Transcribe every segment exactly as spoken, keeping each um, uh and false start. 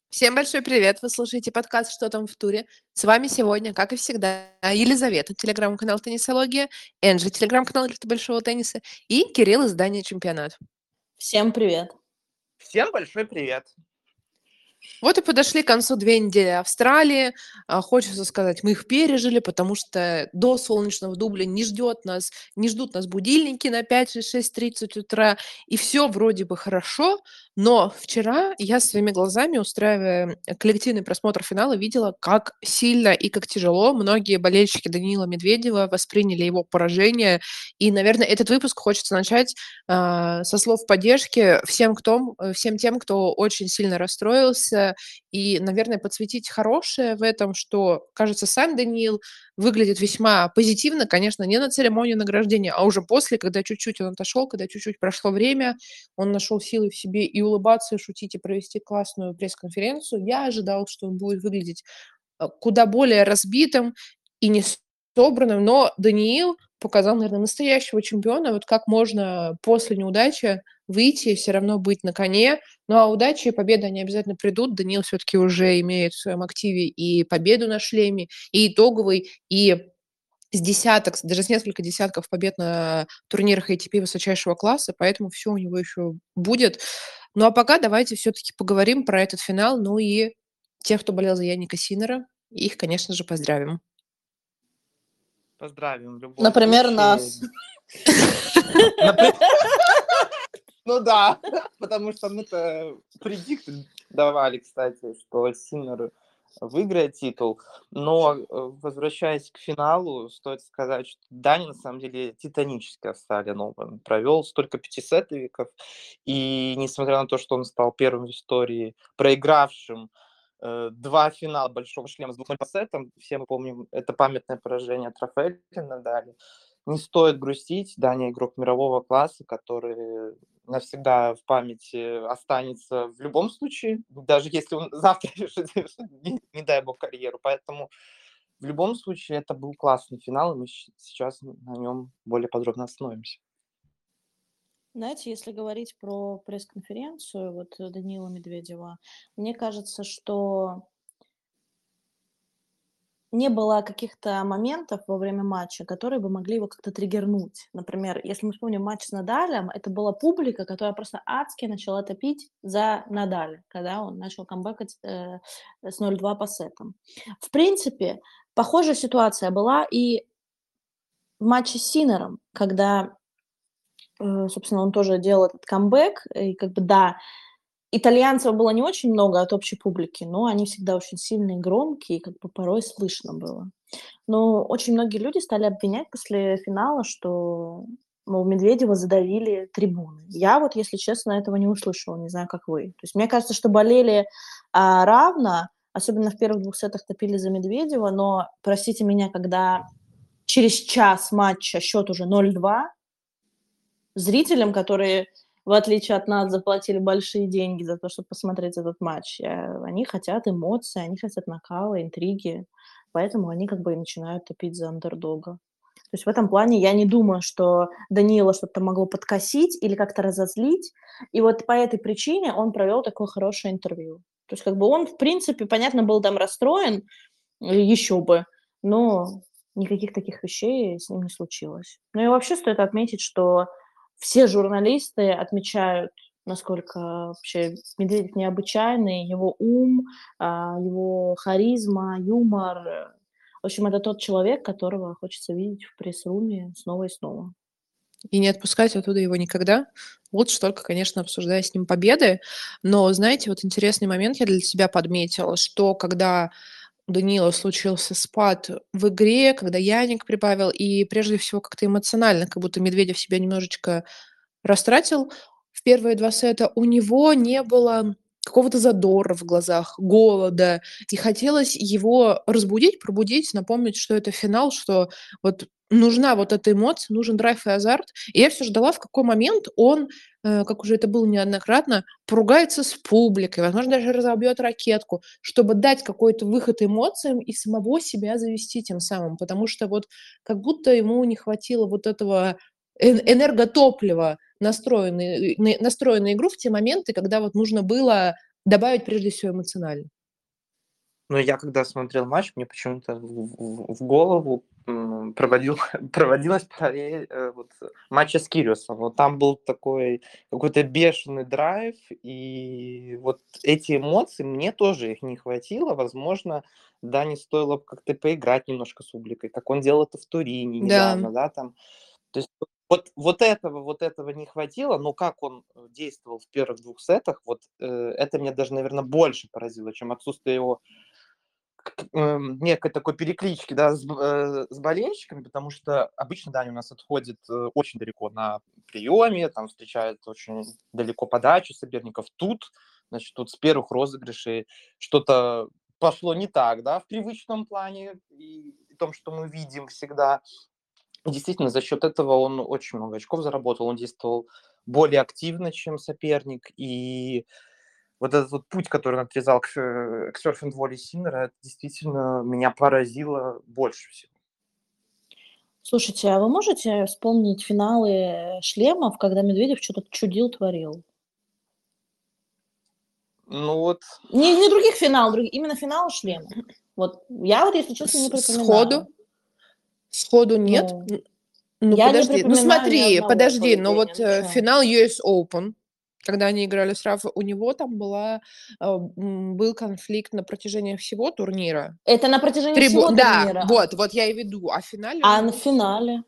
Всем большой привет! Вы слушаете подкаст "Что там в туре?". С вами сегодня, как и всегда, Елизавета, телеграм-канал "Теннисология", Энджи, телеграм-канал "Лифты большого тенниса" и Кирилл, издание "Чемпионат". Всем привет! Всем большой привет! Вот и подошли к концу две недели Австралии. А, хочется сказать, мы их пережили, потому что до солнечного дубля не ждет нас не ждут нас будильники на пять и шесть тридцать утра, и все вроде бы хорошо. Но вчера я своими глазами, устраивая коллективный просмотр финала, видела, как сильно и как тяжело многие болельщики Даниила Медведева восприняли его поражение. И, наверное, этот выпуск хочется начать, а, со слов поддержки всем кто всем тем, кто очень сильно расстроился, и, наверное, подсветить хорошее в этом, что, кажется, сам Даниил выглядит весьма позитивно, конечно, не на церемонии награждения, а уже после, когда чуть-чуть он отошел, когда чуть-чуть прошло время, он нашел силы в себе и улыбаться, и шутить, и провести классную пресс-конференцию. Я ожидала, что он будет выглядеть, а, куда более разбитым и не собранным, но Даниил показал, наверное, настоящего чемпиона. Вот как можно после неудачи выйти и всё равно быть на коне. Ну, а удача и победа, они обязательно придут. Даниил всё-таки уже имеет в своем активе и победу на шлеме, и итоговый, и с десяток, с даже с несколько десятков побед на турнирах ATP высочайшего класса, поэтому всё у него еще будет. Ну, а пока давайте всё-таки поговорим про этот финал. Ну и тех, кто болел за Янника Синнера, их, конечно же, поздравим. Поздравим в любом Например, случае. нас. Напри Ну да, потому что мы-то предикты давали, кстати, что Синнер выиграет титул. Но, э, возвращаясь к финалу, стоит сказать, что Даня, на самом деле, титанически Австралиан Оупен провел. Столько пятисетовиков. И несмотря на то, что он стал первым в истории проигравшим, э, два финала большого шлема с двумя по сетам, все мы помним это памятное поражение от Рафаэля Надаля. Не стоит грустить. Даня игрок мирового класса, который навсегда в памяти останется в любом случае, даже если он завтра решит завершить, не не дай бог, карьеру. Поэтому в любом случае это был классный финал, и мы щ сейчас на нем более подробно остановимся. Знаете, если говорить про пресс-конференцию вот Даниила Медведева, мне кажется, что не было каких-то моментов во время матча, которые бы могли его как-то триггернуть. Например, если мы вспомним матч с Надалем, это была публика, которая просто адски начала топить за Надаля, когда он начал камбэкать, э, с ноль два по сетам. В принципе, похожая ситуация была и в матче с Синнером, когда, э, собственно, он тоже делал этот камбэк. И как бы да, итальянцев было не очень много от общей публики, но они всегда очень сильные и громкие, и как бы порой слышно было. Но очень многие люди стали обвинять после финала, что, мол, Медведева задавили трибуны. Я вот, если честно, этого не услышала, не знаю, как вы. То есть мне кажется, что болели, а, равно, особенно в первых двух сетах топили за Медведева, но, простите меня, когда через час матча счет уже ноль два зрителям, которые, в отличие от нас, заплатили большие деньги за то, чтобы посмотреть этот матч, э, они хотят эмоций, они хотят накала, интриги, поэтому они как бы и начинают топить за андердога. То есть в этом плане я не думаю, что Даниила что-то могло подкосить или как-то разозлить. И вот по этой причине он провел такое хорошее интервью. То есть как бы он, в принципе, понятно, был там расстроен, еще бы, но никаких таких вещей с ним не случилось. Ну и вообще стоит отметить, что все журналисты отмечают, насколько вообще Медведев необычайный, его ум, а, его харизма, юмор. В общем, это тот человек, которого хочется видеть в пресс-руме снова и снова. И не отпускать оттуда его никогда. Лучше только, конечно, обсуждая с ним победы. Но, знаете, вот интересный момент я для себя подметила, что когда у Даниила случился спад в игре, когда Янник прибавил, и прежде всего как-то эмоционально, как будто Медведев себя немножечко растратил в первые два сета, у него не было какого-то задора в глазах, голода. И хотелось его разбудить, пробудить, напомнить, что это финал, что вот нужна вот эта эмоция, нужен драйв и азарт. И я всё ждала, в какой момент он, э, как уже это было неоднократно, поругается с публикой, возможно, даже разобьет ракетку, чтобы дать какой-то выход эмоциям и самого себя завести тем самым. Потому что вот как будто ему не хватило вот этого эн энерготоплива, настроенный на настроя на игру в те моменты, когда вот нужно было добавить прежде всего эмоционально. Но я когда смотрел матч, мне почему-то в, в- в голову м, проводил, проводилась параллель э, вот, матча с Кириусом. Вот там был такой какой-то бешеный драйв, и вот эти эмоции, мне тоже их не хватило. Возможно, да, не стоило бы как-то поиграть немножко с Бубликой, как он делал это в Турине Да. недавно, да, там. То есть вот, вот этого, вот этого не хватило, но как он э, действовал в первых двух сетах, вот э, это меня даже, наверное, больше поразило, чем отсутствие его эм, некой такой переклички, да, с, б- э, с болельщиками, потому что обычно Даня у нас отходит э, очень далеко на приеме, там встречает очень далеко подачу соперников. Тут, значит, тут с первых розыгрышей что-то пошло не так, да, в привычном плане и в том, что мы видим всегда. И действительно, за счет этого он очень много очков заработал, он действовал более активно, чем соперник, и вот этот вот путь, который он отрезал к, э, к серфинг-воле Синнера, это действительно меня поразило больше всего. Слушайте, а вы можете вспомнить финалы шлемов, когда Медведев что-то чудил, творил? Ну вот, Не, не других финал, друг- именно финал шлемов. Вот я вот, если честно, не С- припоминаю. Сходу? Сходу нет. Ну, Н- Ну, я не подожди. Ну, припоминаю ни смотри, одного подожди. Но поведения. вот Ну э, чё? финал ю эс Open, когда они играли с Рафа, у него там была, э, м, был конфликт на протяжении всего турнира. Это на протяжении Трибу... всего Да, турнира. вот, вот я и веду. А в финале А он на был всё. финале?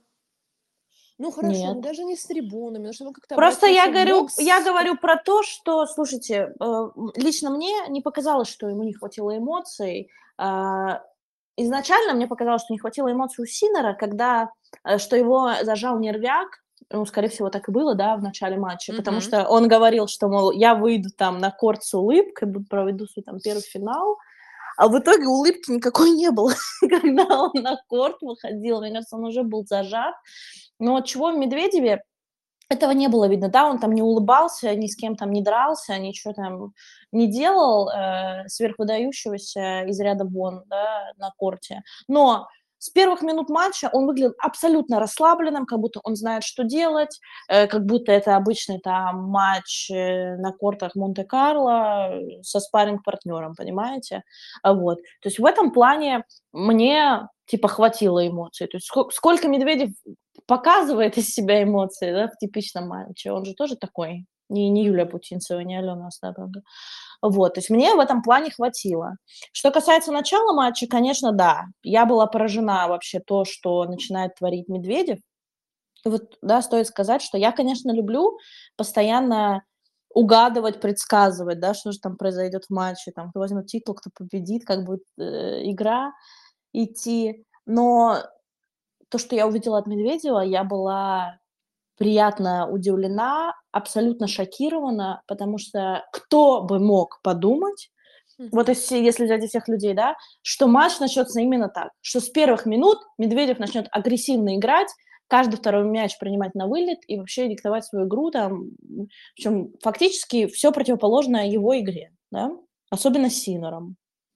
Ну хорошо, ну Нет. даже не с трибунами, но чтобы он как-то Просто я обратился в говорю, я бокс. говорю про то, что, слушайте, э, лично мне не показалось, что ему не хватило эмоций. А, Изначально мне показалось, что не хватило эмоций у Синера, когда, э, что его зажал нервяк. Ну, скорее всего, так и было, да, в начале матча, потому Мгм. что он говорил, что, мол, я выйду там на корт с улыбкой, буду проведу свой там первый финал, а в итоге улыбки никакой не было, когда он на корт выходил. Мне кажется, он уже был зажат. Но от чего в Медведеве этого не было видно, да, он там не улыбался, ни с кем там не дрался, ничего там не делал э, сверхвыдающегося из ряда вон, да, на корте. Но с первых минут матча он выглядел абсолютно расслабленным, как будто он знает, что делать, э, как будто это обычный там матч э, на кортах Монте-Карло э, со спарринг-партнером, понимаете? А Вот. То есть в этом плане мне типа хватило эмоций. То есть ско- сколько Медведев показывает из себя эмоции, да, в типичном матче. Он же тоже такой, не, не Юлия Мгм. Путинцева, не Алена Остапенко. Вот, то есть мне в этом плане хватило. Что касается начала матча, конечно, да, я была поражена вообще то, что начинает творить Медведев. И вот, да, стоит сказать, что я, конечно, люблю постоянно угадывать, предсказывать, да, что же там произойдет в матче, там, кто возьмет титул, кто победит, как будет э, игра идти. Но то, что я увидела от Медведева, я была приятно удивлена, абсолютно шокирована, потому что кто бы мог подумать, вот Мгм. если, если взять из всех людей, да, что матч начнется именно так, что с первых минут Медведев начнет агрессивно играть, каждый второй мяч принимать на вылет и вообще диктовать свою игру, там, м, причем фактически все противоположное его игре, да, особенно с Синером.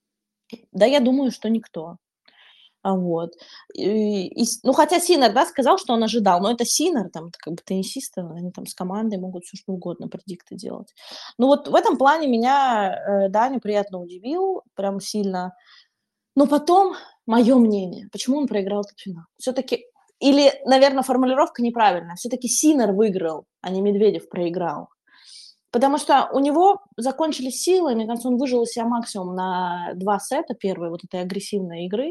Да, я думаю, что никто. А, вот. И, и с ну, хотя Синер, да, сказал, что он ожидал, но это Синер, там, это как бы теннисисты, они там с командой могут все что угодно, предикты делать. Ну, вот в этом плане меня, э, Даня приятно удивил, прям сильно. Но потом мое мнение, почему он проиграл этот финал? все таки или, наверное, формулировка неправильная, все таки Синер выиграл, а не Медведев проиграл. Потому что у него закончились силы, мне кажется, он выжил из себя максимум на два сета первой вот этой агрессивной игры.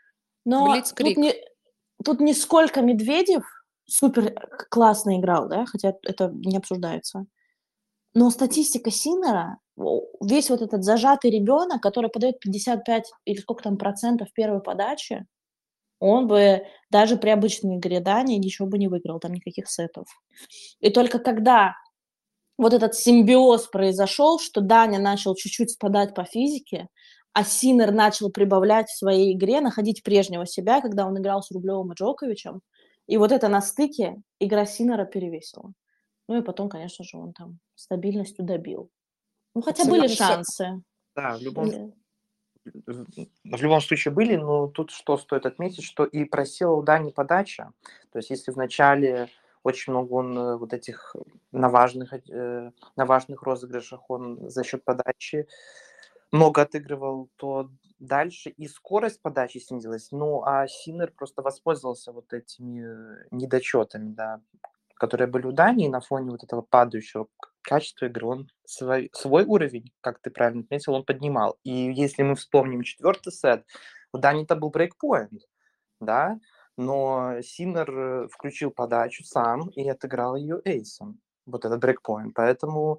Но тут Блицкриг. не тут не сколько Медведев супер к классно играл, да, хотя это не обсуждается. Но статистика Синнера, о весь вот этот зажатый ребенок, который подает пятьдесят пять или сколько там процентов первой подачи, он бы даже при обычной игре Дани ничего бы не выиграл, там никаких сетов. И только когда вот этот симбиоз произошел, что Даня начал чуть-чуть спадать по физике, а Синер начал прибавлять в своей игре, находить прежнего себя, когда он играл с Рублевым и Джоковичем. И вот это на стыке игра Синера перевесила. Ну и потом, конечно же, он там стабильностью добил. Ну, хотя были Абсолютно со- шансы. да, в любом, Были. в любом случае были, но тут что стоит отметить, что и просела у Дани подача. То есть если в начале очень много он э, вот этих на важных, э, на важных розыгрышах он за счет подачи много отыгрывал, то дальше и скорость подачи снизилась. Ну, а Синер просто воспользовался вот этими э, недочетами, да, которые были у Дании на фоне вот этого падающего к- качества игры. Он свой, свой уровень, как ты правильно отметил, он поднимал. И если мы вспомним четвертый сет, у Дании-то был брейкпоинт, да, но Синер э, включил подачу сам и отыграл ее эйсом, вот этот брейкпоинт. Поэтому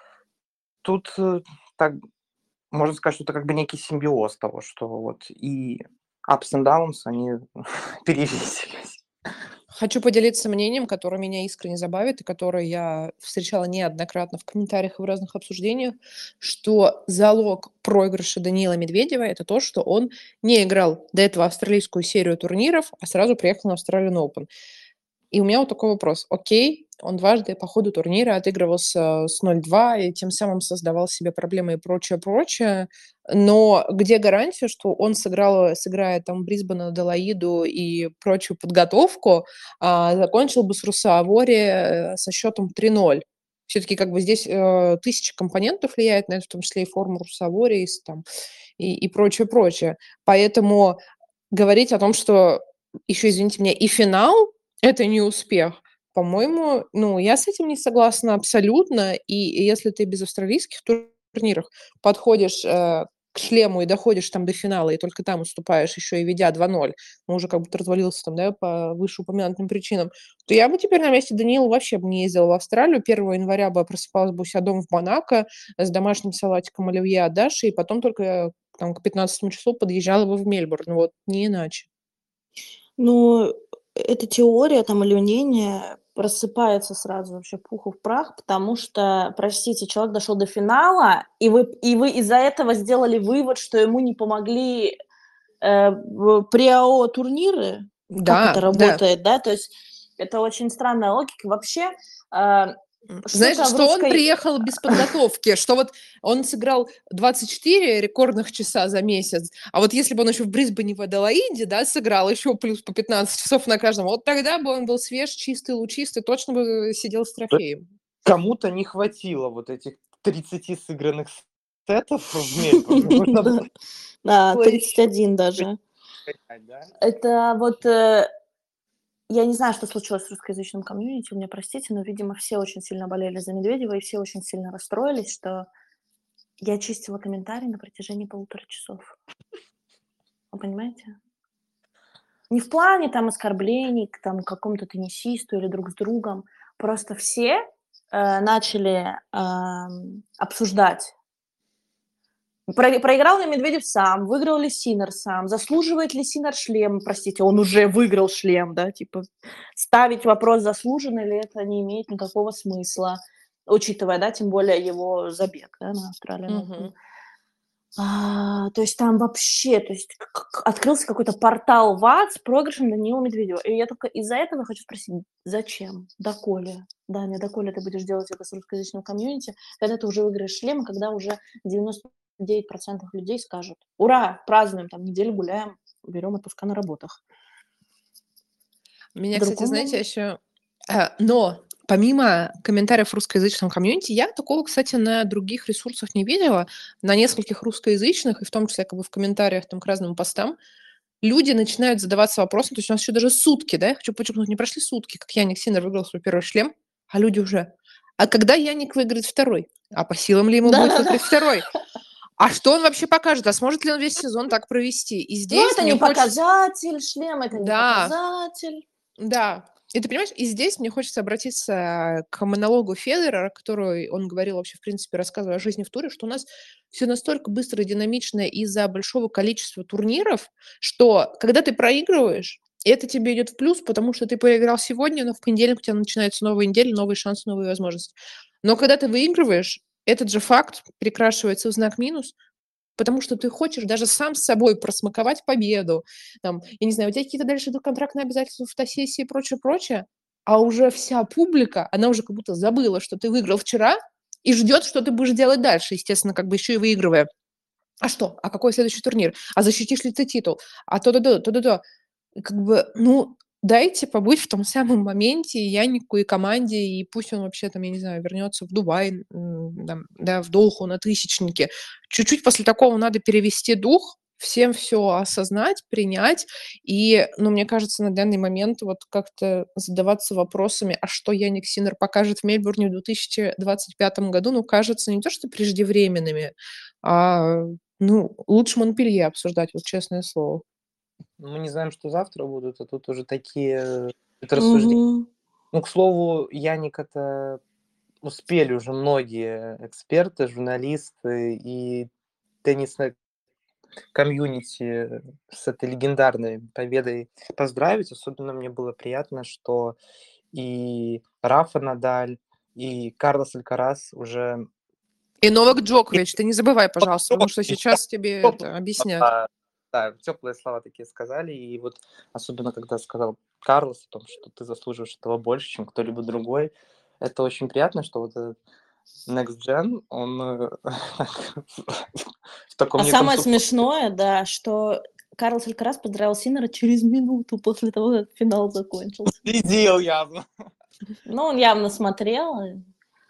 тут э, так можно сказать, что это как бы некий симбиоз того, что вот и ups and downs, они перевесились. Хочу поделиться мнением, которое меня искренне забавит и которое я встречала неоднократно в комментариях и в разных обсуждениях, что залог проигрыша Даниила Медведева – это то, что он не играл до этого австралийскую серию турниров, а сразу приехал на Australian Open. И у меня вот такой вопрос. Окей, он дважды по ходу турнира отыгрывался с ноль два и тем самым создавал себе проблемы и прочее, прочее. Но где гарантия, что он сыграл, сыграет там Брисбен, Аделаиду и прочую подготовку, а закончил бы с Руссаавори э, со счетом три ноль? Все-таки как бы здесь э, тысяча компонентов влияет на это, в том числе и форма Руссаавори и, с- там, и, и прочее, прочее. Поэтому говорить о том, что еще, извините меня, и финал это не успех. По-моему, ну, я с этим не согласна абсолютно. И если ты без австралийских турниров подходишь э, к шлему и доходишь там до финала, и только там уступаешь, еще и ведя два ноль, ну, уже как будто развалился там, да, по вышеупомянутым причинам, то я бы теперь на месте Даниила вообще бы не ездила в Австралию. первого января бы просыпалась бы у себя дома в Монако с домашним салатиком оливье от Даши, и потом только там, к пятнадцатому числу подъезжала бы в Мельбурн. Ну, вот не иначе. Ну, эта теория там или мнение просыпается сразу вообще пух и в прах, потому что, простите, человек дошел до финала, и вы, и вы из-за этого сделали вывод, что ему не помогли э, в- pre-эй о турниры. Как это Да, да. работает, да? То есть это очень странная логика. Вообще, э, Знаешь, что-то в что он русской... приехал без подготовки, что вот он сыграл двадцать четыре рекордных часа за месяц, а вот если бы он еще в Брисбене в Аделаиде, да, сыграл еще плюс по пятнадцать часов на каждом, вот тогда бы он был свеж, чистый, лучистый, точно бы сидел с трофеем. Кому-то не хватило вот этих тридцати сыгранных сетов в Мельбурне. Нужно было Да, было тридцать еще один даже. понять, да? Это вот... э, Я не знаю, что случилось с русскоязычным комьюнити, вы меня простите, но, видимо, все очень сильно болели за Медведева, и все очень сильно расстроились, что я чистила комментарии на протяжении полутора часов. Вы понимаете? Не в плане там оскорблений к там, какому-то теннисисту или друг с другом. Просто все э, начали эм, обсуждать. Про- проиграл ли Медведев сам, выиграл ли Синер сам, заслуживает ли Синер шлем, простите, он уже выиграл шлем, да, типа ставить вопрос, заслуженно ли это, не имеет никакого смысла, учитывая, да, тем более его забег, да, на Australian Open. Мгм. А, то есть там вообще, то есть к- к- открылся какой-то портал в ад с проигрышем Даниила Медведева. И я только из-за этого хочу спросить, зачем, доколе, Даня, доколе ты будешь делать это с русскоязычным комьюнити, когда ты уже выиграешь шлем, и когда уже девяносто девять процентов людей скажут, ура, празднуем, там, неделю гуляем, берем отпуска на работах. Меня, кстати, знаете, По-другому. еще... э, Но помимо комментариев в русскоязычном комьюнити, я такого, кстати, на других ресурсах не видела, на нескольких русскоязычных, и в том числе как бы в комментариях там, к разным постам, люди начинают задаваться вопросом, то есть у нас еще даже сутки, да, я хочу подчеркнуть, не прошли сутки, как Яник Синер выиграл свой первый шлем, а люди уже, а когда Яник выиграет второй? А по силам ли ему будет Да-да-да. выиграть второй? А что он вообще покажет? А сможет ли он весь сезон так провести? И Ну, здесь это мне не хочется... показатель, шлем это не Да, показатель. да. И ты понимаешь, и здесь мне хочется обратиться к монологу Федерера, который он говорил вообще, в принципе, рассказывая о жизни в туре, что у нас все настолько быстро и динамично из-за большого количества турниров, что когда ты проигрываешь, это тебе идет в плюс, потому что ты проиграл сегодня, но в понедельник у тебя начинается новая неделя, новый шанс, новые возможности. Но когда ты выигрываешь, этот же факт перекрашивается в знак минус, потому что ты хочешь даже сам с собой просмаковать победу. Там, я не знаю, у тебя какие-то дальше идут контрактные обязательства, фотосессии и прочее, прочее, а уже вся публика, она уже как будто забыла, что ты выиграл вчера и ждет, что ты будешь делать дальше, естественно, как бы еще и выигрывая. А что? А какой следующий турнир? А защитишь ли ты титул? А то-то-то, то-то-то. Как бы, ну, дайте побыть в том самом моменте и Янику, и команде, и пусть он вообще там, я не знаю, вернется в Дубай, м, там, да, в Доху на тысячнике. Чуть-чуть после такого надо перевести дух, всем все осознать, принять. И, ну, мне кажется, на данный момент вот как-то задаваться вопросами, а что Яник Синнер покажет в Мельбурне в две тысячи двадцать пятом году, ну, кажется не то, что преждевременными, а, ну, лучше Монпелье обсуждать, вот честное слово. Ну, мы не знаем, что завтра будут, а тут уже такие это рассуждения. Мгм. Ну, к слову, Яник-то успели уже многие эксперты, журналисты и теннисное комьюнити с этой легендарной победой поздравить. Особенно мне было приятно, что и Рафа Надаль, и Карлос Алькарас уже И Новак Джокович, ты не забывай, пожалуйста, потому что сейчас тебе это объяснят. Да, да, теплые слова такие сказали. И вот особенно, когда сказал Карлос о том, что ты заслуживаешь этого больше, чем кто-либо другой, это очень приятно, что вот этот Next Gen, он э, в таком А неком самое суп- смешное, да, что Карлос Алькарас поздравил Синнера через минуту после того, как финал закончился. следил явно. Ну, он явно смотрел. и-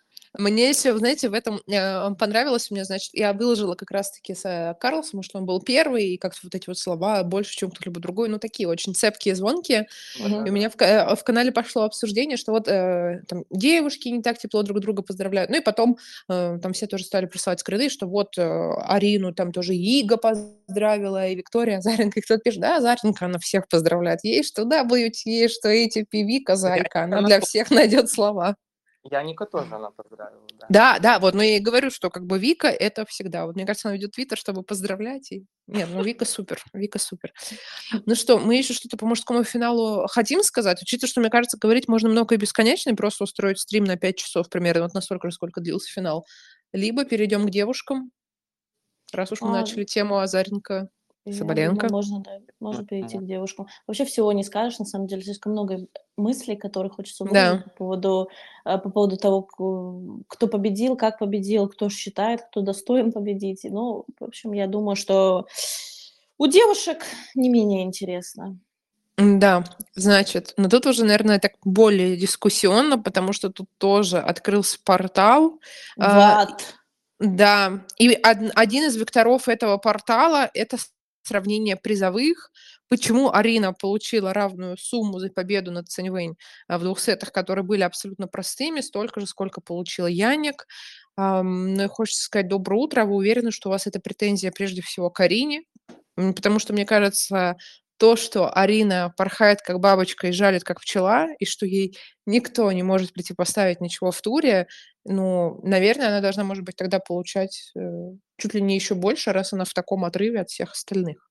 Мне еще, знаете, в этом э, понравилось мне, значит, я выложила как раз-таки с э, Карлосом, что он был первый, и как-то вот эти вот слова больше, чем кто-либо другой, ну, такие очень цепкие, звонкие. Мгм. И у меня в, ка- э, в канале пошло обсуждение, что вот э, там девушки не так тепло друг друга поздравляют. Ну и потом э, там все тоже стали присылать скрины, что вот э, Арину там тоже Ига поздравила, и Виктория Азаренко. И кто-то пишет, да, Азаренко, она всех поздравляет. Ей что дабл ю ти эй, что эй ти пи, Вика, зайка, она Она для то- всех найдет слова. Яника тоже она поздравила, да. Да, да, вот, но я и говорю, что как бы Вика — это всегда. Вот мне кажется, она ведет твиттер, чтобы поздравлять. И... Нет, ну Вика супер, Вика супер. Ну что, мы еще что-то по мужскому финалу хотим сказать? Учитывая, что, мне кажется, говорить можно много и бесконечно, и просто устроить стрим на пять часов примерно, вот настолько же, сколько длился финал. Либо перейдем к девушкам, раз уж мы А, начали тему Азаренко, Я думаю, Соболенко. можно, да, можно перейти Мгм. к девушкам. Вообще всего не скажешь, на самом деле, слишком много мыслей, которые хочется выразить Да. по поводу, э, по поводу того, к- кто победил, как победил, кто считает, кто достоин победить. И, Ну, в общем, я думаю, что у девушек не менее интересно. Да, значит, но тут уже, наверное, так более дискуссионно, потому что тут тоже открылся портал. а, Ват. Да, и од- один из векторов этого портала — это с- сравнение призовых. Почему Арина получила равную сумму за победу над Цинь в двух сетах, которые были абсолютно простыми, столько же, сколько получила Яник. Ам, Ну и хочется сказать доброе утро. Вы уверены, что у вас эта претензия прежде всего к Арине? М, Потому что, мне кажется, то, что Арина порхает как бабочка и жалит как пчела, и что ей никто не может противопоставить ничего в туре, ну, наверное, она должна, может быть, тогда получать э, чуть ли не еще больше, раз она в таком отрыве от всех остальных.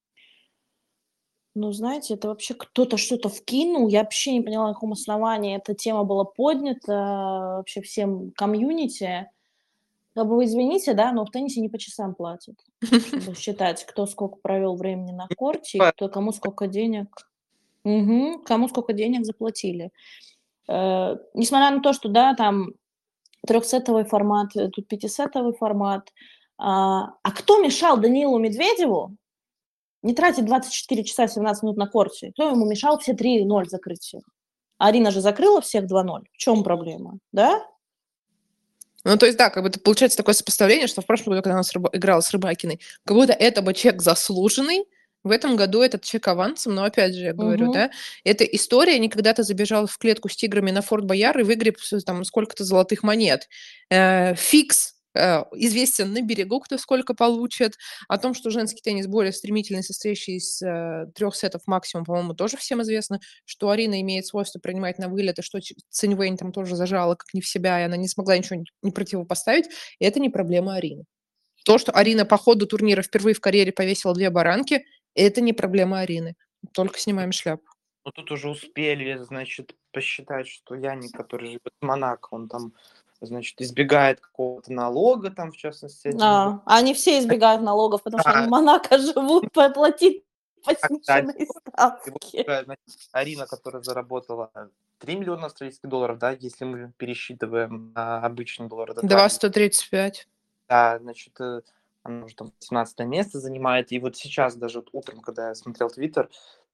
Ну, знаете, это вообще кто-то что-то вкинул. Я вообще не поняла, на каком основании эта тема была поднята вообще всем комьюнити. Как бы вы извините, да, но в теннисе не по часам платят, чтобы считать, кто сколько провел времени на корте и кто кому сколько денег. Мгм. Кому сколько денег заплатили. Э, несмотря на то, что, да, там трехсетовый формат, э, тут пятисетовый формат. А, а кто мешал Даниилу Медведеву не тратить двадцать четыре часа семнадцать минут на корте? Кто ему мешал все три ноль закрыть всех? Арина же закрыла всех два ноль. В чем проблема? Да? Ну, то есть, да, как бы это получается такое сопоставление, что в прошлом году, когда она с Рыба- играла с Рыбакиной, как будто это бы чек заслуженный, в этом году этот чек авансом, но опять же, я говорю, Мгм. да, эта история не когда ты забежал в клетку с тиграми на Форт Бояр и выгреб с- там сколько-то золотых монет. Э, фикс э, известен на берегу, кто сколько получит. О том, что женский теннис более стремительный, состоящий из э, трех сетов максимум, по-моему, тоже всем известно, что Арина имеет свойство принимать на вылет, и что Ч- Цинь Вэнь там тоже зажала как не в себя, и она не смогла ничего не не противопоставить, и это не проблема Арины. То, что Арина по ходу турнира впервые в карьере повесила две баранки, это не проблема Арины. Только снимаем шляпу. Ну, тут уже успели, значит, посчитать, что Яник, который живет в Монако, он там, значит, избегает какого-то налога, там, в частности, один из... А, они все избегают налогов, потому что они в А, Монако живут, платить по так далее. сниженной И вот ставке. уже, значит, Арина, которая заработала три миллиона австралийских долларов, да, если мы пересчитываем на обычный доллар, это два два миллиона. сто тридцать пять. Да, значит, э, она уже там семнадцатое место занимает. И вот сейчас даже вот утром, когда я смотрел Твиттер,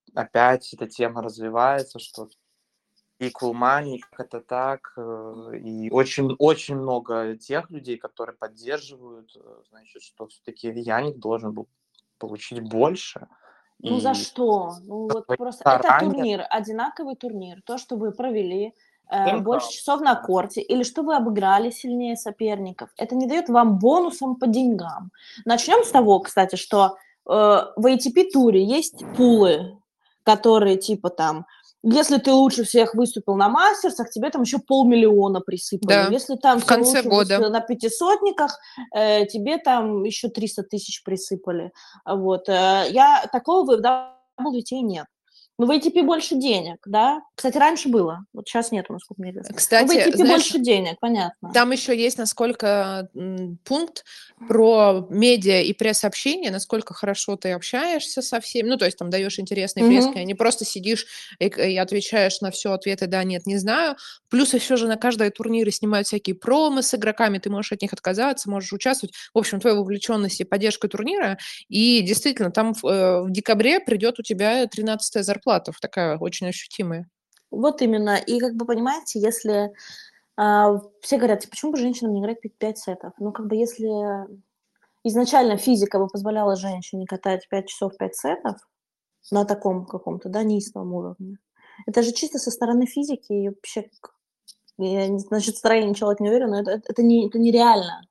опять эта тема развивается, что equal money, как это так, э, и очень, очень много тех людей, которые поддерживают, э, значит, что все-таки Яник должен был получить больше, Ну за и что? Ну за вот свои просто это старания. турнир, одинаковый турнир. То, что вы провели э, больше Тимка, часов на да. корте, или что вы обыграли сильнее соперников, это не дает вам бонусом по деньгам. Начнем с того, кстати, что э, в эй ти пи-туре есть пулы, которые типа там, если ты лучше всех выступил на мастерсах, тебе там еще полмиллиона присыпали. Да, Если там в все конце лучше года. выступил на пятисотниках, э, тебе там еще триста тысяч присыпали. Вот. э, Я такого в дабл ю ти эй нет. Ну, в эй ти пи больше денег, да? Кстати, раньше было, вот сейчас нету, насколько мне известно. Но в Кстати, эй ти пи знаешь, больше денег, понятно. там еще есть насколько м, пункт про медиа и пресс-общение, насколько хорошо ты общаешься со всеми, ну, то есть там даешь интересные фрески, а Мгм. не просто сидишь и, к- и отвечаешь на все ответы «да», «нет», «не знаю». Плюс еще же на каждые турниры снимают всякие промы с игроками, ты можешь от них отказаться, можешь участвовать. В общем, твоя вовлеченность и поддержка турнира. И действительно, там в, э, в декабре придет у тебя тринадцатая зарплата, такая очень ощутимая. Вот именно. И как бы, понимаете, если а, все говорят, типа, почему бы женщинам не играть пи- пять сетов? Ну, как бы, если изначально физика бы позволяла женщине катать пять часов пять сетов на таком каком-то, да, низком уровне, это же чисто со стороны физики и вообще, как- я, не- значит, строение человек не уверен, но это, это, это не, это нереально.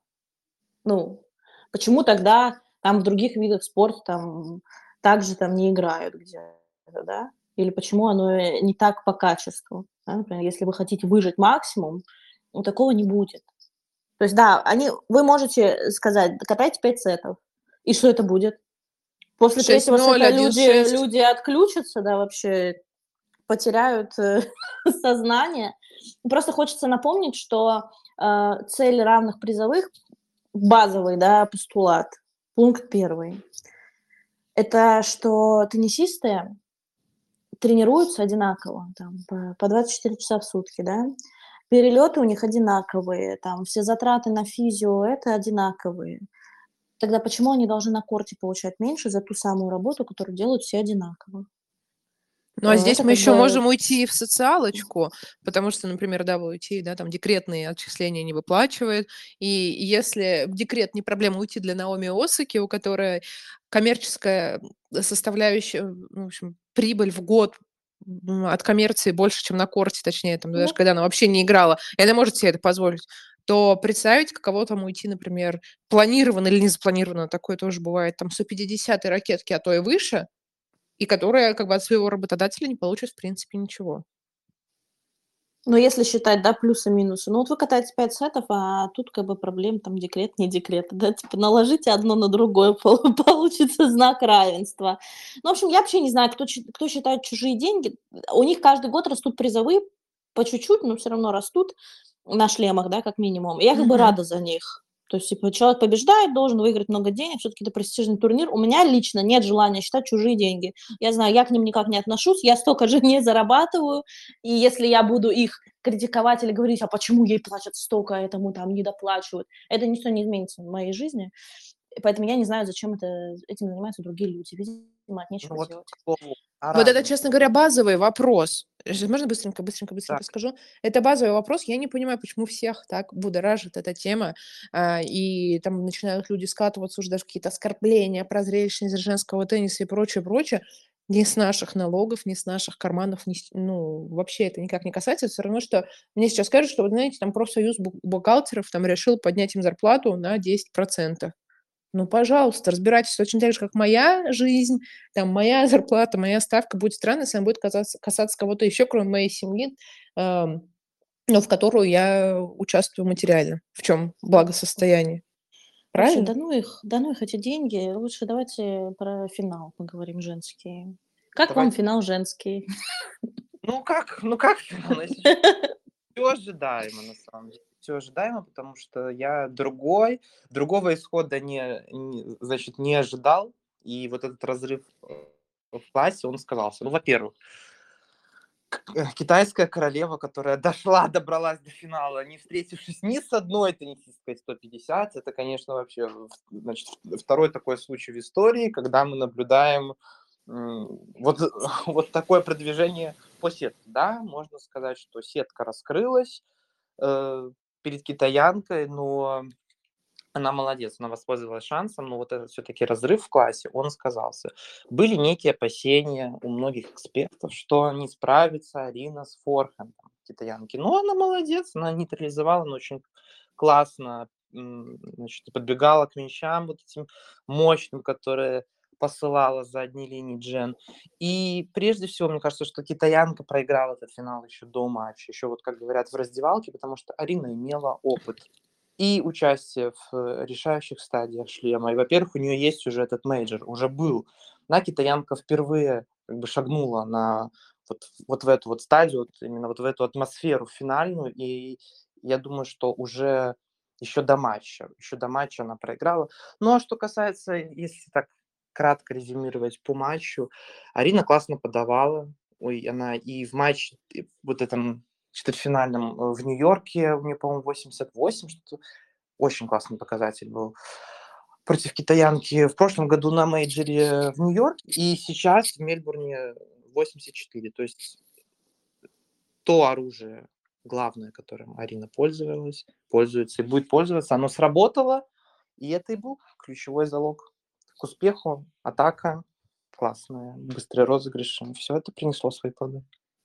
Ну, почему тогда там в других видах спорта там также там не играют где-то, да? Или почему оно э, не так по качеству? Да? Например, если вы хотите выжать максимум, ну, такого не будет. То есть, да, они, вы можете сказать, катайте пять сетов. И что это будет? После шесть третьего ноль, сета один люди, шесть. люди отключатся, да, вообще потеряют э, сознание. Просто хочется напомнить, что э, цель равных призовых базовый, да, постулат, пункт первый. Это что теннисисты тренируются одинаково, там, по, по двадцать четыре часа в сутки, да. Перелеты у них одинаковые, там, все затраты на физио это одинаковые. Тогда почему они должны на корте получать меньше за ту самую работу, которую делают все одинаково? Ну, а Э, здесь Это мы как еще бы... можем уйти в социалочку, потому что, например, дабл ю ти эй, да, там декретные отчисления не выплачивает. И если в декрет не проблема уйти для Наоми Осаки, у которой коммерческая составляющая, ну, в общем, прибыль в год м, от коммерции больше, чем на корте, точнее, там, даже Ну, когда она вообще не играла, и она может себе это позволить, то представить, каково там уйти, например, планированно или не запланированно, такое тоже бывает, там, сто пятидесятые ракетки, а то и выше, и которая как бы от своего работодателя не получит в принципе ничего. но если считать, да, плюсы-минусы, ну вот вы катаете пять сетов, а тут как бы проблем там декрет, не декрет, да, типа наложите одно на другое, пол- получится знак равенства. Ну, в общем, я вообще не знаю, кто, чи- кто считает чужие деньги. У них каждый год растут призовые по чуть-чуть, но все равно растут на шлемах, да, как минимум. И я как бы Мгм. рада за них. То есть, типа, человек побеждает, должен выиграть много денег, все-таки это престижный турнир. У меня лично нет желания считать чужие деньги. Я знаю, я к ним никак не отношусь, я столько же не зарабатываю, и если я буду их критиковать или говорить, а почему ей платят столько, а этому там не доплачивают, это ничто не изменится в моей жизни. И поэтому я не знаю, зачем это, этим занимаются другие люди. Видимо, от Ну нечего вот, делать. к слову, о Вот это, честно равенстве, говоря, да. базовый вопрос. Щас можно быстренько, быстренько, Да. быстренько скажу? Это базовый вопрос. Я не понимаю, почему всех так будоражит эта тема, а, и там начинают люди скатываться уже даже в какие-то оскорбления про зрелищность женского тенниса и прочее, прочее. Ни с наших налогов, ни с наших карманов, ни с- ну, вообще это никак не касается. Все равно, что мне сейчас скажут, что, вы знаете, там профсоюз бу- бухгалтеров там решил поднять им зарплату на десять процентов. Ну, пожалуйста, разбирайтесь точно так же, как моя жизнь, там, моя зарплата, моя ставка. Будет странно, если она будет касаться, касаться кого-то еще, кроме моей семьи, ам, но в которую я участвую материально. В чем благосостояние. Вообще, Правильно? да ну их, да ну их эти деньги. Лучше давайте про финал поговорим женский. Как вам Давайте. финал женский? Ну как, ну как, ну, если честно, все ожидаемо, на самом деле. Все ожидаемо, потому что я другой, другого исхода не, не- значит, не ожидал. И вот этот разрыв э, в классе, он сказался. Ну, во-первых, э, китайская королева, которая дошла, добралась до финала, не встретившись ни с одной теннисисткой сто пятьдесят, это, конечно, вообще, значит, второй такой случай в истории, когда мы наблюдаем Вот, вот такое продвижение по сетке. Да, можно сказать, что сетка раскрылась э, перед китаянкой, но она молодец, она воспользовалась шансом, но вот этот все-таки разрыв в классе, он сказался. Были некие опасения у многих экспертов, что не справится Арина с форхендом китаянки. Но она молодец, она нейтрализовала, она очень классно значит, подбегала к мячам вот этим мощным, которые посылала за задней линии Джен. И прежде всего, мне кажется, что китаянка проиграла этот финал еще до матча, еще вот, как говорят, в раздевалке, потому что Арина имела опыт и участие в решающих стадиях шлема. И, во-первых, у нее есть уже этот мейджор, уже был. На китаянка впервые как бы шагнула на вот, вот в эту вот стадию, вот именно вот в эту атмосферу финальную. И я думаю, что уже еще до матча, еще до матча она проиграла. Ну, а что касается, если так кратко резюмировать по матчу, Арина классно подавала. Ой, она и в матче, и вот этом четвертьфинальном в Нью-Йорке, у нее, по-моему, восемьдесят восемь, что-то очень классный показатель был против китаянки в прошлом году на мейджоре в Нью-Йорке, и сейчас в Мельбурне восемьдесят четыре. То есть то оружие главное, которым Арина пользовалась, пользуется и будет пользоваться, оно сработало, и это и был ключевой залог к успеху. Атака классная, быстрые розыгрыши, все это принесло свои плоды.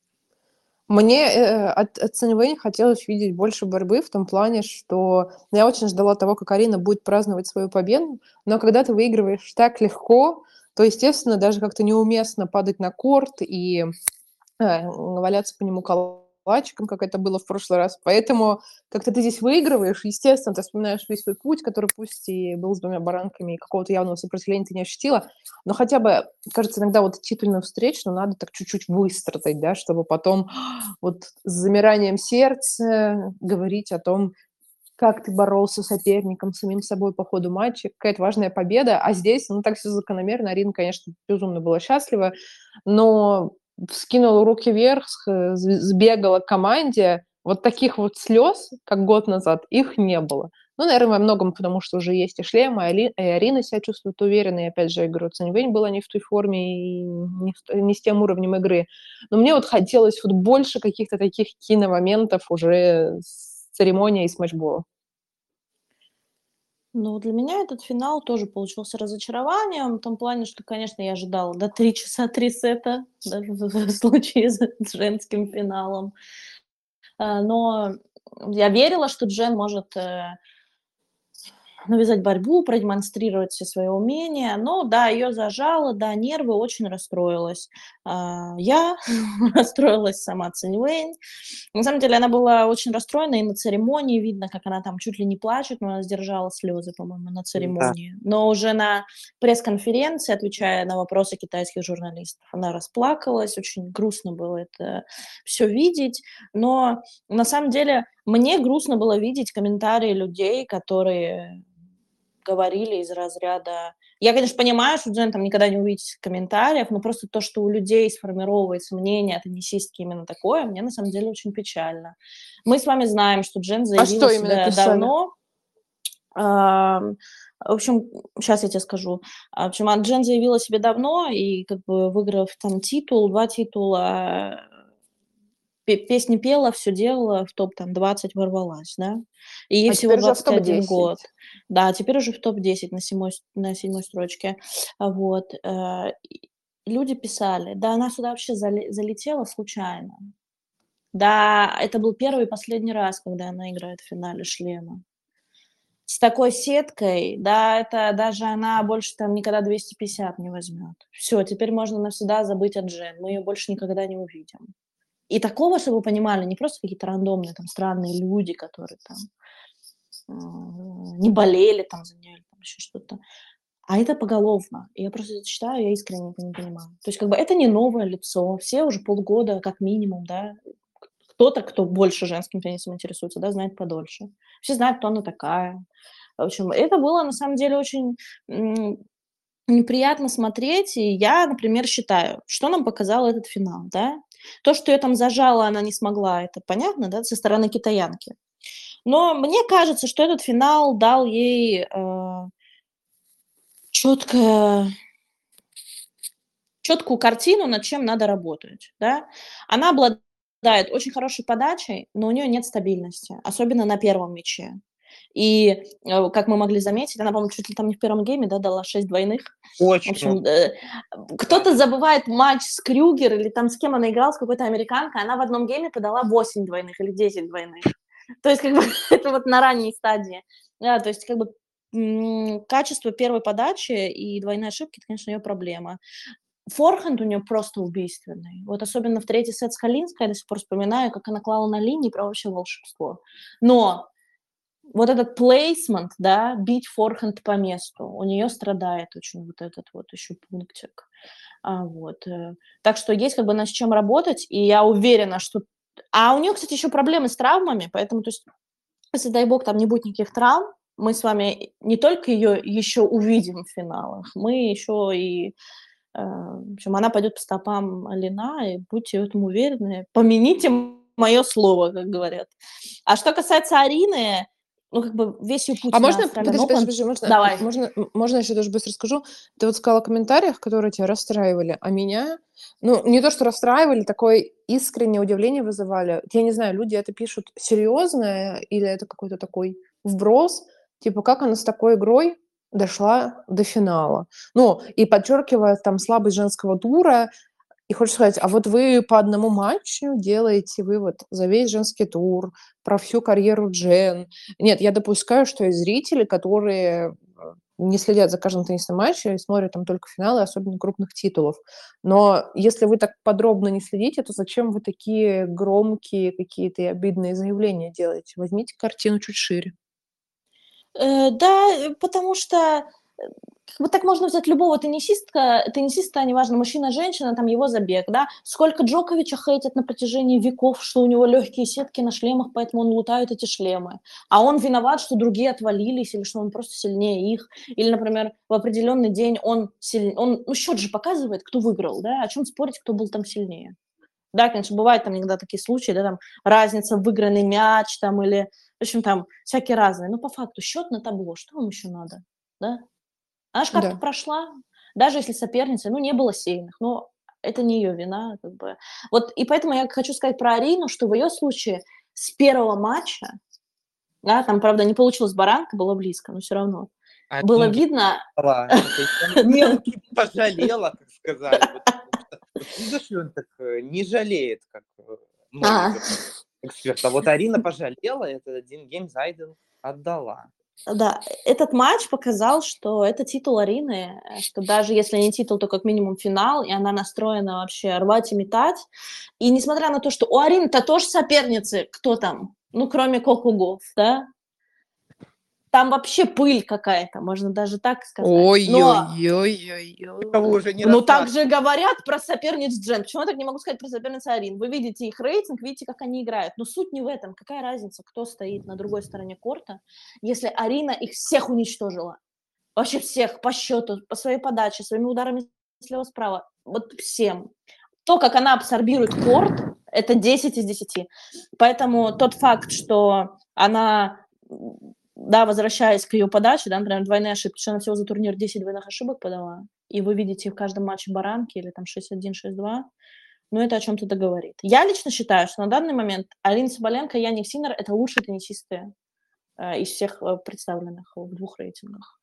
Мне э, от, от Цинь хотелось видеть больше борьбы в том плане, что я очень ждала того, как Арина будет праздновать свою победу, но когда ты выигрываешь так легко, то, естественно, даже как-то неуместно падать на корт и э, валяться по нему калачиком, как это было в прошлый раз. Поэтому как-то ты здесь выигрываешь, естественно, ты вспоминаешь весь свой путь, который пусть и был с двумя баранками, и какого-то явного сопротивления ты не ощутила, но хотя бы, кажется, иногда вот титульную встречу, ну, надо так чуть-чуть выстрадать, да, чтобы потом вот с замиранием сердца говорить о том, как ты боролся с соперником, с самим собой по ходу матча, какая-то важная победа. А здесь, ну, так все закономерно. Арина, конечно, безумно была счастлива, но вскинула руки вверх, сбегала к команде. Вот таких вот слез, как год назад, их не было. Ну, наверное, во многом потому, что уже есть и шлем, и, Али, и Арина себя чувствует уверенно, и, опять же, я говорю, Цинь была не в той форме и не, в, не с тем уровнем игры. Но мне вот хотелось вот больше каких-то таких киномоментов уже с церемонией и с матчбола. Ну, для меня этот финал тоже получился разочарованием, в том плане, что, конечно, я ожидала до три часа три сета, даже в случае с женским финалом. Но я верила, что Джен может навязать борьбу, продемонстрировать все свои умения. Но да, ее зажало, да, нервы, очень расстроилась. Я расстроилась сама Цинь Вэнь. На самом деле она была очень расстроена, и на церемонии видно, как она там чуть ли не плачет, но она сдержала слезы, по-моему, на церемонии. Да. Но уже на пресс-конференции, отвечая на вопросы китайских журналистов, она расплакалась, очень грустно было это все видеть. Но на самом деле мне грустно было видеть комментарии людей, которые говорили из разряда... Я, конечно, понимаю, что Джен там никогда не увидите комментариев, но просто то, что у людей сформировывается мнение о теннисистке именно такое, мне на самом деле очень печально. Мы с вами знаем, что Джен заявила а что себя давно. В общем, сейчас я тебе скажу. В общем, Джен заявила себе давно, и как бы выиграв там титул, два титула, песни пела, все делала, в топ там двадцать ворвалась, да, и ей а всего двадцать один год. Да, теперь уже в топ десять на седьмой, на седьмой строчке. Вот. Люди писали, да, она сюда вообще залетела случайно. Да, это был первый и последний раз, когда она играет в финале шлема. С такой сеткой, да, это даже она больше там никогда двести пятьдесят не возьмет. Все, теперь можно навсегда забыть о Джен, мы ее больше никогда не увидим. И такого, чтобы вы понимали, не просто какие-то рандомные, там, странные люди, которые там э, не болели там за нее, или там еще что-то. А это поголовно. И я просто это читаю, я искренне это не понимаю. То есть, как бы, это не новое лицо. Все уже полгода, как минимум, да, кто-то, кто больше женским теннисом интересуется, да, знает подольше. Все знают, кто она такая. В общем, это было, на самом деле, очень... М- неприятно смотреть, и я, например, считаю, что нам показал этот финал, да? То, что ее там зажала, она не смогла, это понятно, да, со стороны китаянки. Но мне кажется, что этот финал дал ей э, четкое, четкую картину, над чем надо работать, да. Она обладает очень хорошей подачей, но у нее нет стабильности, особенно на первом мяче. И, э, как мы могли заметить, она, по-моему, чуть ли там не в первом гейме, да, дала шесть двойных. В Очень общем, много. э, кто-то забывает матч с Крюгер или там с кем она играла, с какой-то американкой, она в одном гейме подала восемь двойных или десять двойных. То есть как бы это вот на ранней стадии. Да, то есть как бы м, качество первой подачи и двойные ошибки, это, конечно, ее проблема. Форхенд у нее просто убийственный. Вот особенно в третий сет с Халинской я до сих пор вспоминаю, как она клала на линии, про вообще волшебство. Но вот этот плейсмент, да, бить форхенд по месту, у нее страдает очень вот этот вот еще пунктик. А, вот. э. Так что есть как бы над чем работать, и я уверена, что... А у нее, кстати, еще проблемы с травмами, поэтому, то есть, если, дай бог, там не будет никаких травм, мы с вами не только ее еще увидим в финалах, мы еще и... э, В общем, она пойдет по стопам Лина, и будьте в этом уверены. Помяните мое слово, как говорят. А что касается Арины, ну, как бы весь ее А путь на можно, Australian подожди, подожди, Open... подожди, можно, Давай. можно, м, можно еще даже быстро скажу? Ты вот сказала о комментариях, которые тебя расстраивали, а меня, ну, не то, что расстраивали, такое искреннее удивление вызывали. Я не знаю, люди это пишут серьезно или это какой-то такой вброс, типа, как она с такой игрой дошла до финала. Ну, и подчеркивая там слабость женского тура, и хочется сказать, а вот вы по одному матчу делаете вывод за весь женский тур, про всю карьеру Джен. Нет, я допускаю, что есть зрители, которые э, не следят за каждым теннисным матчем и смотрят там только финалы, особенно крупных титулов. Но если вы так подробно не следите, то зачем вы такие громкие какие-то и обидные заявления делаете? Возьмите картину чуть шире. Э, да, э, потому что, э, как бы так можно взять любого теннисистка теннисиста, неважно, мужчина, женщина, там его забег, да. Сколько Джоковича хейтят на протяжении веков, что у него легкие сетки на шлемах, поэтому он лутает эти шлемы. А он виноват, что другие отвалились или что он просто сильнее их. Или, например, в определенный день он сильнее, он, ну, счет же показывает, кто выиграл, да, о чем спорить, кто был там сильнее. Да, конечно, бывают там иногда такие случаи, да, там разница в выигранный мяч, там, или, в общем, там всякие разные. Но по факту счет на табло, что вам еще надо, да? Она же карту Да. прошла, даже если соперница, ну, не было сильных, но это не ее вина, как бы. Вот, и поэтому я хочу сказать про Арину, что в ее случае с первого матча, да, там, правда, не получилось баранка, было близко, но все равно, было Арина видно... пожалела. Это Немки пожалела, как сказали бы. Вот видишь, он так э, не жалеет, как э, многие Ага. говорят, эксперты. А вот Арина пожалела, этот один гейм Зайден отдала. Да, этот матч показал, что это титул Арины, э, что даже если не титул, то как минимум финал, и она настроена вообще рвать и метать. И несмотря на то, что у Арины-то тоже соперницы, кто там, ну, кроме Коко Гауф, да, там вообще пыль какая-то, можно даже так сказать. Но, Кого Ой-ой-ой-ой-ой. уже не ну, так рассматривают. же говорят про соперниц Джен. Почему я так не могу сказать про соперниц Арин? Вы видите их рейтинг, видите, как они играют. Но суть не в этом. Какая разница, кто стоит на другой стороне корта, если Арина их всех уничтожила? Вообще всех по счету, по своей подаче, своими ударами слева-справа. Вот всем. То, как она абсорбирует корт, это десять из десяти. Поэтому тот факт, что она, м, да, возвращаясь к ее подаче, да, например, двойные ошибки, что она всего за турнир десять двойных ошибок подала, и вы видите в каждом матче баранки или там шесть один, шесть два, ну, это о чем-то договорит. Я лично считаю, что на данный момент Алина Соболенко и Яник Синнер – это лучшие теннисисты э, из всех э, представленных в двух рейтингах.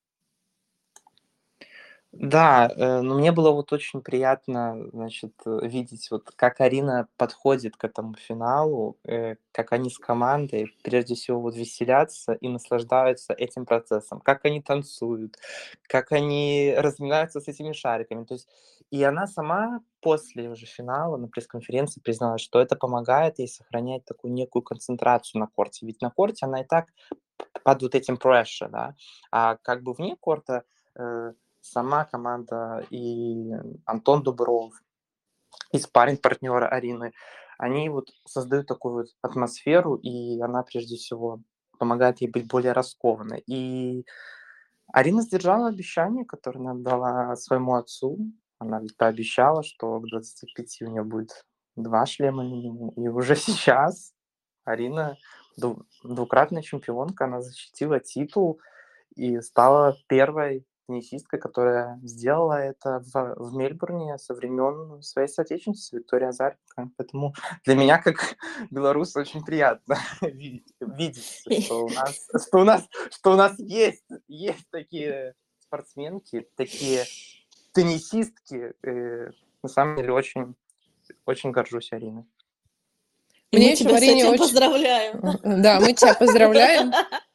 Да, э, но мне было вот очень приятно, значит, э, видеть, вот как Арина подходит к этому финалу, э, как они с командой, прежде всего, вот веселятся и наслаждаются этим процессом, как они танцуют, как они разминаются с этими шариками. То есть, и она сама после уже финала на пресс-конференции призналась, что это помогает ей сохранять такую некую концентрацию на корте. Ведь на корте она и так под вот этим pressure, да, а как бы вне корта э, сама команда и Антон Дубров, и спарринг-партнеры Арины, они вот создают такую вот атмосферу, и она прежде всего помогает ей быть более раскованной. И Арина сдержала обещание, которое она дала своему отцу. Она ведь пообещала, что к двадцати пяти у нее будет два шлема минимум. И уже сейчас Арина дву- двукратная чемпионка, она защитила титул и стала первой теннисистка, которая сделала это в, в Мельбурне со времен своей соотечественницы Виктории Азаренко. Поэтому для меня, как белоруса, очень приятно видеть, видеть, что у нас, что у нас, что у нас есть, есть такие спортсменки, такие теннисистки. Э, на самом деле очень, очень горжусь Ариной. И Мне мы еще тебя с Марине этим очень... поздравляем. Да, мы тебя поздравляем.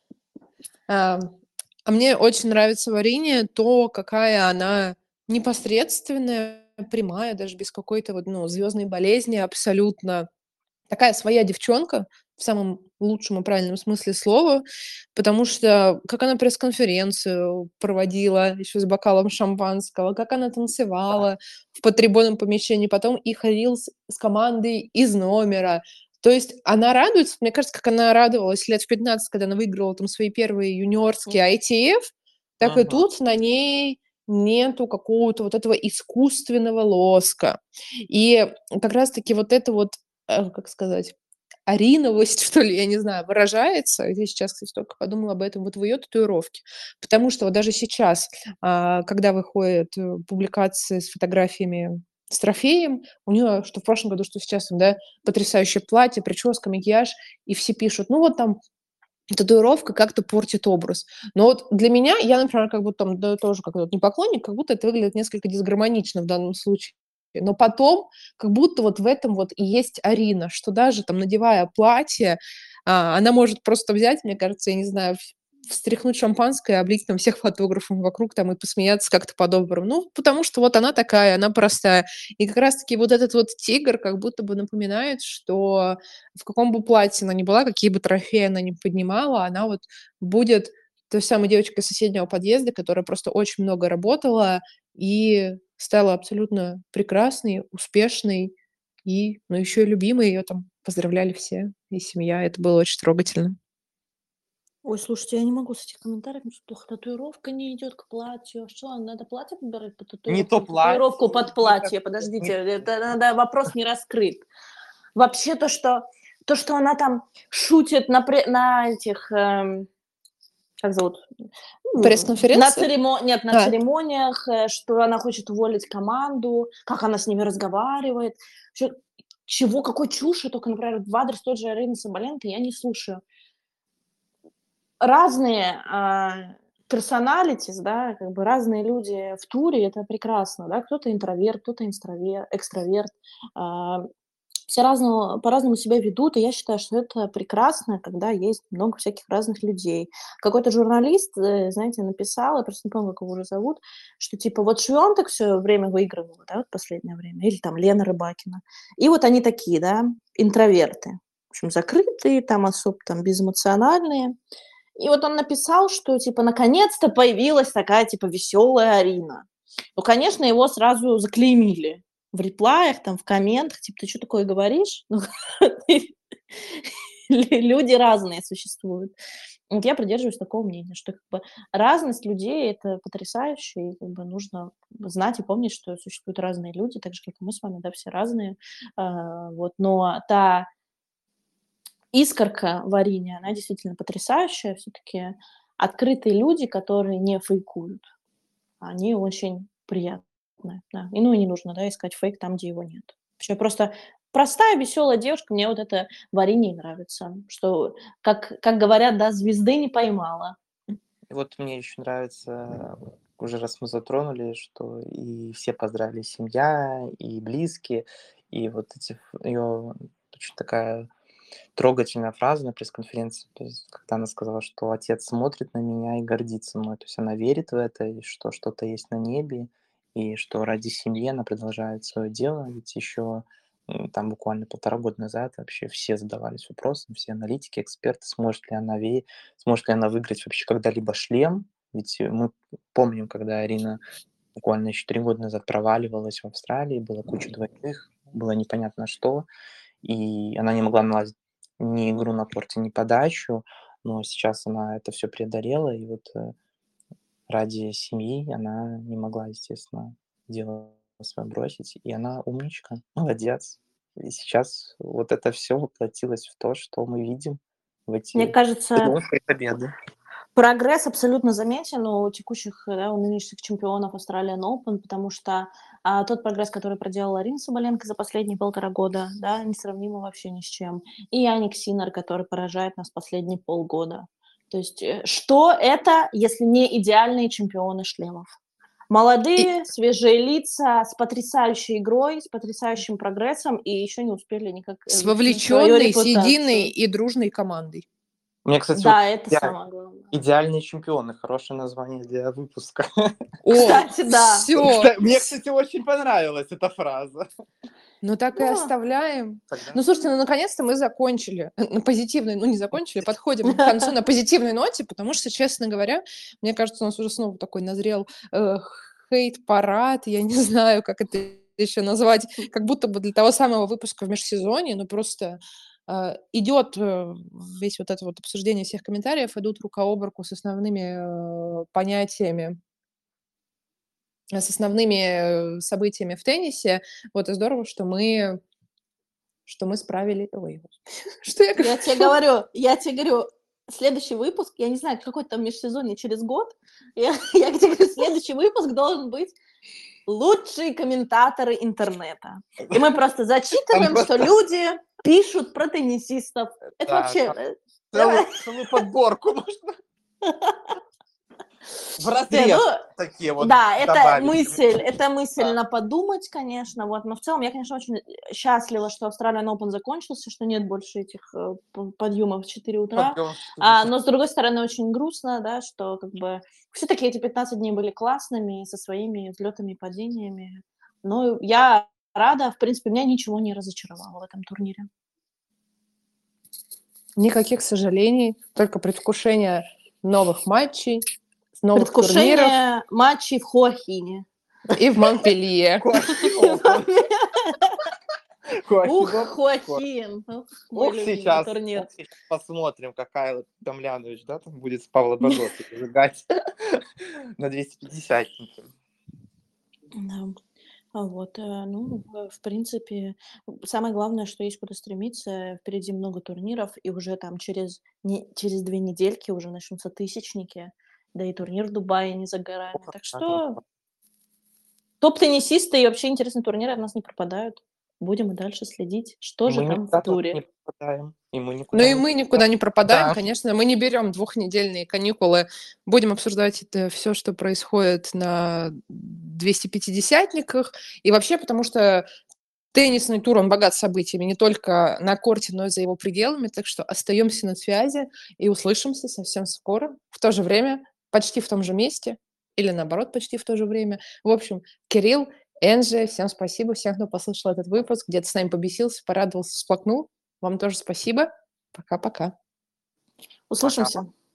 А, а мне очень нравится в Арине то, какая она непосредственная, прямая, даже без какой-то вот, ну, звездной болезни, абсолютно такая своя девчонка в самом лучшем и правильном смысле слова, потому что как она пресс-конференцию проводила еще с бокалом шампанского, как она танцевала в потребованном помещении, потом и ходил с, с командой из номера. То есть она радуется, мне кажется, как она радовалась лет в пятнадцать, когда она выиграла там свои первые юниорские ай ти эф, так и Мгм. тут на ней нету какого-то вот этого искусственного лоска. И как раз-таки вот это вот, э, как сказать, ариновость, что ли, я не знаю, выражается. Я сейчас, кстати, только подумала об этом вот в ее татуировке. Потому что вот даже сейчас, а, когда выходят э, публикации с фотографиями с трофеем, у нее, что в прошлом году, что сейчас, да, потрясающее платье, прическа, макияж, и все пишут, ну вот там татуировка как-то портит образ. Но вот для меня, я, например, как будто там, да, тоже как вот не поклонник, как будто это выглядит несколько дисгармонично в данном случае. Но потом, как будто вот в этом вот и есть Арина, что даже там, надевая платье, а, она может просто взять, мне кажется, я не знаю, в- встряхнуть шампанское, облить там всех фотографов вокруг там и посмеяться как-то по-доброму. Ну, потому что вот она такая, она простая. И как раз-таки вот этот вот тигр как будто бы напоминает, что в каком бы платье она ни была, какие бы трофеи она ни поднимала, она вот будет той самой девочкой из соседнего подъезда, которая просто очень много работала и стала абсолютно прекрасной, успешной и, ну, еще и любимой. Ее там поздравляли все, и семья. Это было очень трогательно. Ой, слушайте, я не могу с этих комментариев, потому что татуировка не идет к платью. Что, надо платье подбирать под Не татуировку то или татуировку платье, под не платье? такое. Подождите, Не... это надо, вопрос не раскрыт. Вообще то, что то, что она там шутит на, пре- на этих, эм, как зовут, М, на Пресс-конференции? церемо... нет, на А, церемониях, э, что она хочет уволить команду, как она с ними разговаривает. Чё- чего, какой чуши, только, например, в адрес той же Арины Соболенко я не слушаю. Разные а, персоналитис, да, как бы разные люди в туре, это прекрасно, да, кто-то интроверт, кто-то инстровер- экстраверт, а, все разного, по-разному себя ведут, и я считаю, что это прекрасно, когда есть много всяких разных людей. Какой-то журналист, э, знаете, написал, я просто не помню, как его уже зовут, что типа вот Швентек все время выигрывала, да, вот последнее время, или там Лена Рыбакина, и вот они такие, да, интроверты, в общем, закрытые, там особо там безэмоциональные, и вот он написал, что, типа, наконец-то появилась такая, типа, веселая Арина. Ну, конечно, его сразу заклеймили в реплаях, там, в комментах, типа, ты что такое говоришь? Ну, люди разные существуют. Вот я придерживаюсь такого мнения, что как бы разность людей — это потрясающе, и как бы нужно знать и помнить, что существуют разные люди, так же, как и мы с вами, да, все разные. А, вот, но та искорка в Арине, она действительно потрясающая. Все-таки открытые люди, которые не фейкуют, они очень приятные. Да. И ну и не нужно, да, искать фейк там, где его нет. Вообще просто простая, веселая девушка, мне вот это в Арине и нравится. Что, как, как говорят, да, звезды не поймала. И вот мне еще нравится, уже раз мы затронули, что и все поздравили, семья, и близкие, и вот эти ее очень такая трогательная фраза на пресс-конференции, то есть когда она сказала, что отец смотрит на меня и гордится мной, то есть она верит в это, и что что-то есть на небе, и что ради семьи она продолжает свое дело, ведь еще м, там буквально полтора года назад вообще все задавались вопросом, все аналитики, эксперты, сможет ли она, ве... сможет ли она выиграть вообще когда-либо шлем, ведь мы помним, когда Арина буквально еще три года назад проваливалась в Австралии, было куча двойных, было непонятно что, и она не могла наладить ни игру на корте, ни подачу, но сейчас она это все преодолела, и вот э, ради семьи она не могла, естественно, дело свое бросить, и она умничка, молодец. И сейчас вот это все воплотилось в то, что мы видим в Мне эти кажется, триумфы и победы. Прогресс абсолютно заметен у текущих, да, у нынешних чемпионов Australian Open, потому что а, тот прогресс, который проделала Арина Соболенко за последние полтора года, да, несравнимо вообще ни с чем. И Яник Синнер, который поражает нас последние полгода. То есть э, что это, если не идеальные чемпионы шлемов? Молодые, свежие лица, с потрясающей игрой, с потрясающим прогрессом, и еще не успели никак С э, закрепить свою вовлеченной, с репутацию. единой и дружной командой. Мне, кстати, Да, вот это идеаль- самое главное. идеальные чемпионы, хорошее название для выпуска. О, Кстати, да. все. Кстати, Мне, кстати, очень понравилась эта фраза. Ну так и Ну. оставляем. Тогда Ну, слушайте, ну, наконец-то мы закончили на позитивной, ну, не закончили, подходим к концу на позитивной ноте, потому что, честно говоря, мне кажется, у нас уже снова такой назрел э, хейт-парад, я не знаю, как это еще назвать, как будто бы для того самого выпуска в межсезонье, ну, просто э, идет э, весь вот это вот обсуждение всех комментариев, идут рука об руку с основными э, понятиями, с основными э, событиями в теннисе. Вот и здорово, что мы что мы справили... Ой, что я Я тебе говорю, я тебе говорю, следующий выпуск, я не знаю, какой там межсезонье через год, я, я тебе говорю, следующий выпуск должен быть лучшие комментаторы интернета. И мы просто зачитываем, Там что люди пишут про теннисистов. Это Да, вообще... там э, целую, целую подборку можно в Не, разрез ну, такие вот да, это добавить. мысль, это мысль Да. на подумать, конечно, вот, но в целом я, конечно, очень счастлива, что Australian Open закончился, что нет больше этих э, п- подъемов в четыре утра, Подъем. а, но с другой стороны очень грустно, да, что как бы все-таки эти пятнадцать дней были классными со своими взлетами и падениями, но я рада, в принципе, меня ничего не разочаровало в этом турнире. Никаких сожалений, только предвкушение новых матчей, новых турниров Предвкушение матчей в Хуахине. и в Монпелье. Ух, Хуахин. Ух, мой Ох, любимый сейчас, турнир. ох, сейчас посмотрим, какая Домлянович, да, там будет с Павлом Боготой зажигать на двести пятьдесят. Да. А Вот, э, ну, э, в принципе, самое главное, что есть куда стремиться. Впереди много турниров, и уже там через, не, через две недельки уже начнутся тысячники, да и турнир в Дубае не за горами. Так что топ-теннисисты и вообще интересные турниры от нас не пропадают. Будем и дальше следить, что же Мы там в никуда тоже туре. не пропадаем, и мы Ну никуда и не мы никуда не пропадаем, Да. конечно. Мы не берем двухнедельные каникулы. Будем обсуждать это все, что происходит на двести пятидесятниках. И вообще, потому что теннисный тур, он богат событиями не только на корте, но и за его пределами. Так что остаемся на связи и услышимся совсем скоро. В то же время, почти в том же месте. Или наоборот, почти в то же время. В общем, Кирилл, Энджи, всем спасибо. Всем, кто послушал этот выпуск, где-то с нами побесился, порадовался, всплакнул. Вам тоже спасибо. Пока-пока. Услышимся.